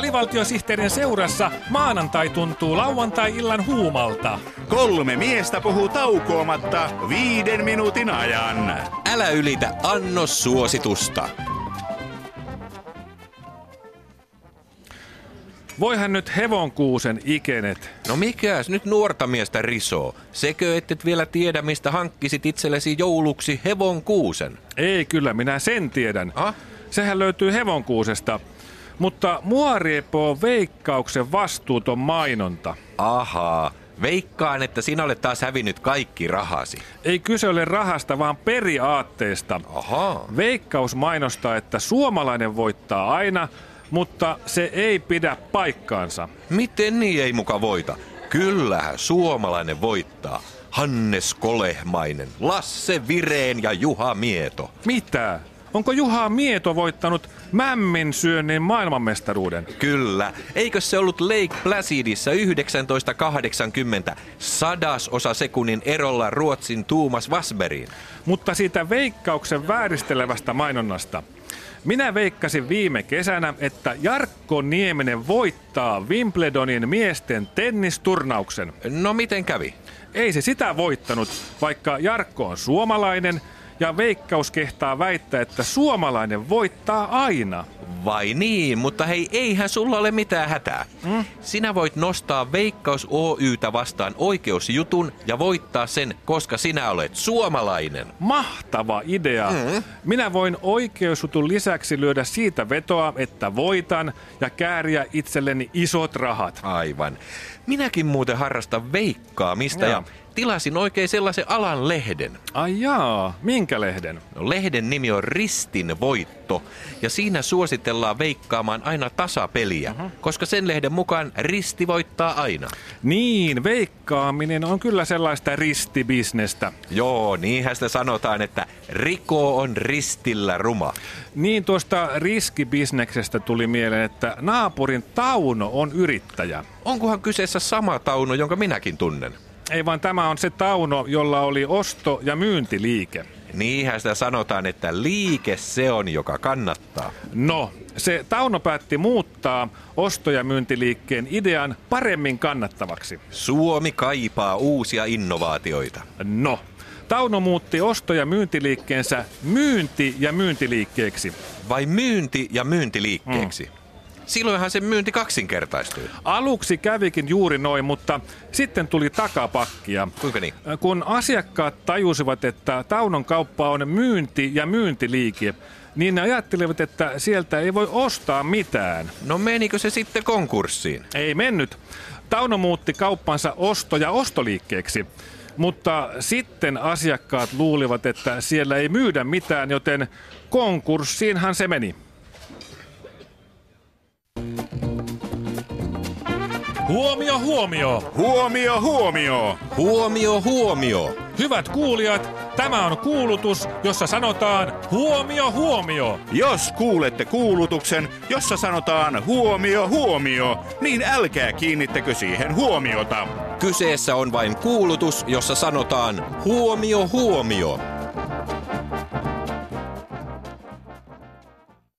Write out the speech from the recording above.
Alivaltiosihteerin seurassa maanantai tuntuu lauantai-illan huumalta. 3 miestä puhuu taukoamatta 5 minuutin ajan. Älä ylitä annossuositusta. Voihan nyt hevonkuusen ikenet. No mikäs nyt nuorta miestä risoo? Sekö et vielä tiedä, mistä hankkisit itsellesi jouluksi hevonkuusen? Ei kyllä, minä sen tiedän. Ah? Sehän löytyy hevonkuusesta. Mutta mua riepoo Veikkauksen vastuuton mainonta. Ahaa, veikkaan, että sinä olet taas hävinnyt kaikki rahasi. Ei kyse ole rahasta, vaan periaatteesta. Ahaa. Veikkaus mainostaa, että suomalainen voittaa aina, mutta se ei pidä paikkaansa. Miten niin ei muka voita? Kyllähän suomalainen voittaa. Hannes Kolehmainen, Lasse Vireen ja Juha Mieto. Mitä? Onko Juha Mieto voittanut mämmin syönnin maailmanmestaruuden? Kyllä. Eikö se ollut Lake Placidissa 1980 100 sekunnin erolla Ruotsin Thomas Wassbergin? Mutta siitä Veikkauksen vääristelevästä mainonnasta. Minä veikkasin viime kesänä, että Jarkko Nieminen voittaa Wimbledonin miesten tennisturnauksen. No miten kävi? Ei se sitä voittanut, vaikka Jarkko on suomalainen ja Veikkaus kehtaa väittää, että suomalainen voittaa aina. Vai niin, mutta hei, eihän sulla ole mitään hätää. Sinä voit nostaa Veikkaus Oy:tä vastaan oikeusjutun ja voittaa sen, koska sinä olet suomalainen. Mahtava idea. Minä voin oikeusjutun lisäksi lyödä siitä vetoa, että voitan ja kääriä itselleni isot rahat. Aivan. Minäkin muuten harrastan veikkaamista ja tilasin oikein sellaisen alan lehden. Ai jaa, minkä lehden? No, lehden nimi on Ristin voitto ja siinä suositellaan veikkaamaan aina tasapeliä, koska sen lehden mukaan risti voittaa aina. Niin, veikkaaminen on kyllä sellaista ristibisnestä. Joo, niinhän sitä sanotaan, että riko on ristillä ruma. Niin tuosta riskibisneksestä tuli mieleen, että naapurin Tauno on yrittäjä. Onkohan kyseessä sama Tauno, jonka minäkin tunnen? Ei vaan tämä on se Tauno, jolla oli osto- ja myyntiliike. Niinhän sitä sanotaan, että liike se on, joka kannattaa. No, se Tauno päätti muuttaa osto- ja myyntiliikkeen idean paremmin kannattavaksi. Suomi kaipaa uusia innovaatioita. No, Tauno muutti osto- ja myyntiliikkeensä myynti- ja myyntiliikkeeksi. Vai myynti- ja myyntiliikkeeksi? Silloinhan se myynti kaksinkertaistui. Aluksi kävikin juuri noin, mutta sitten tuli takapakkia. Kuinka niin? Kun asiakkaat tajusivat, että Taunon kauppa on myynti- ja myyntiliike, niin ne ajattelivat, että sieltä ei voi ostaa mitään. No menikö se sitten konkurssiin? Ei mennyt. Tauno muutti kauppansa osto- ja ostoliikkeeksi. Mutta sitten asiakkaat luulivat, että siellä ei myydä mitään, joten konkurssiinhan se meni. Huomio, huomio! Huomio, huomio! Huomio, huomio! Hyvät kuulijat, tämä on kuulutus, jossa sanotaan huomio, huomio! Jos kuulette kuulutuksen, jossa sanotaan huomio, huomio, niin älkää kiinnittäkö siihen huomiota. Kyseessä on vain kuulutus, jossa sanotaan huomio, huomio.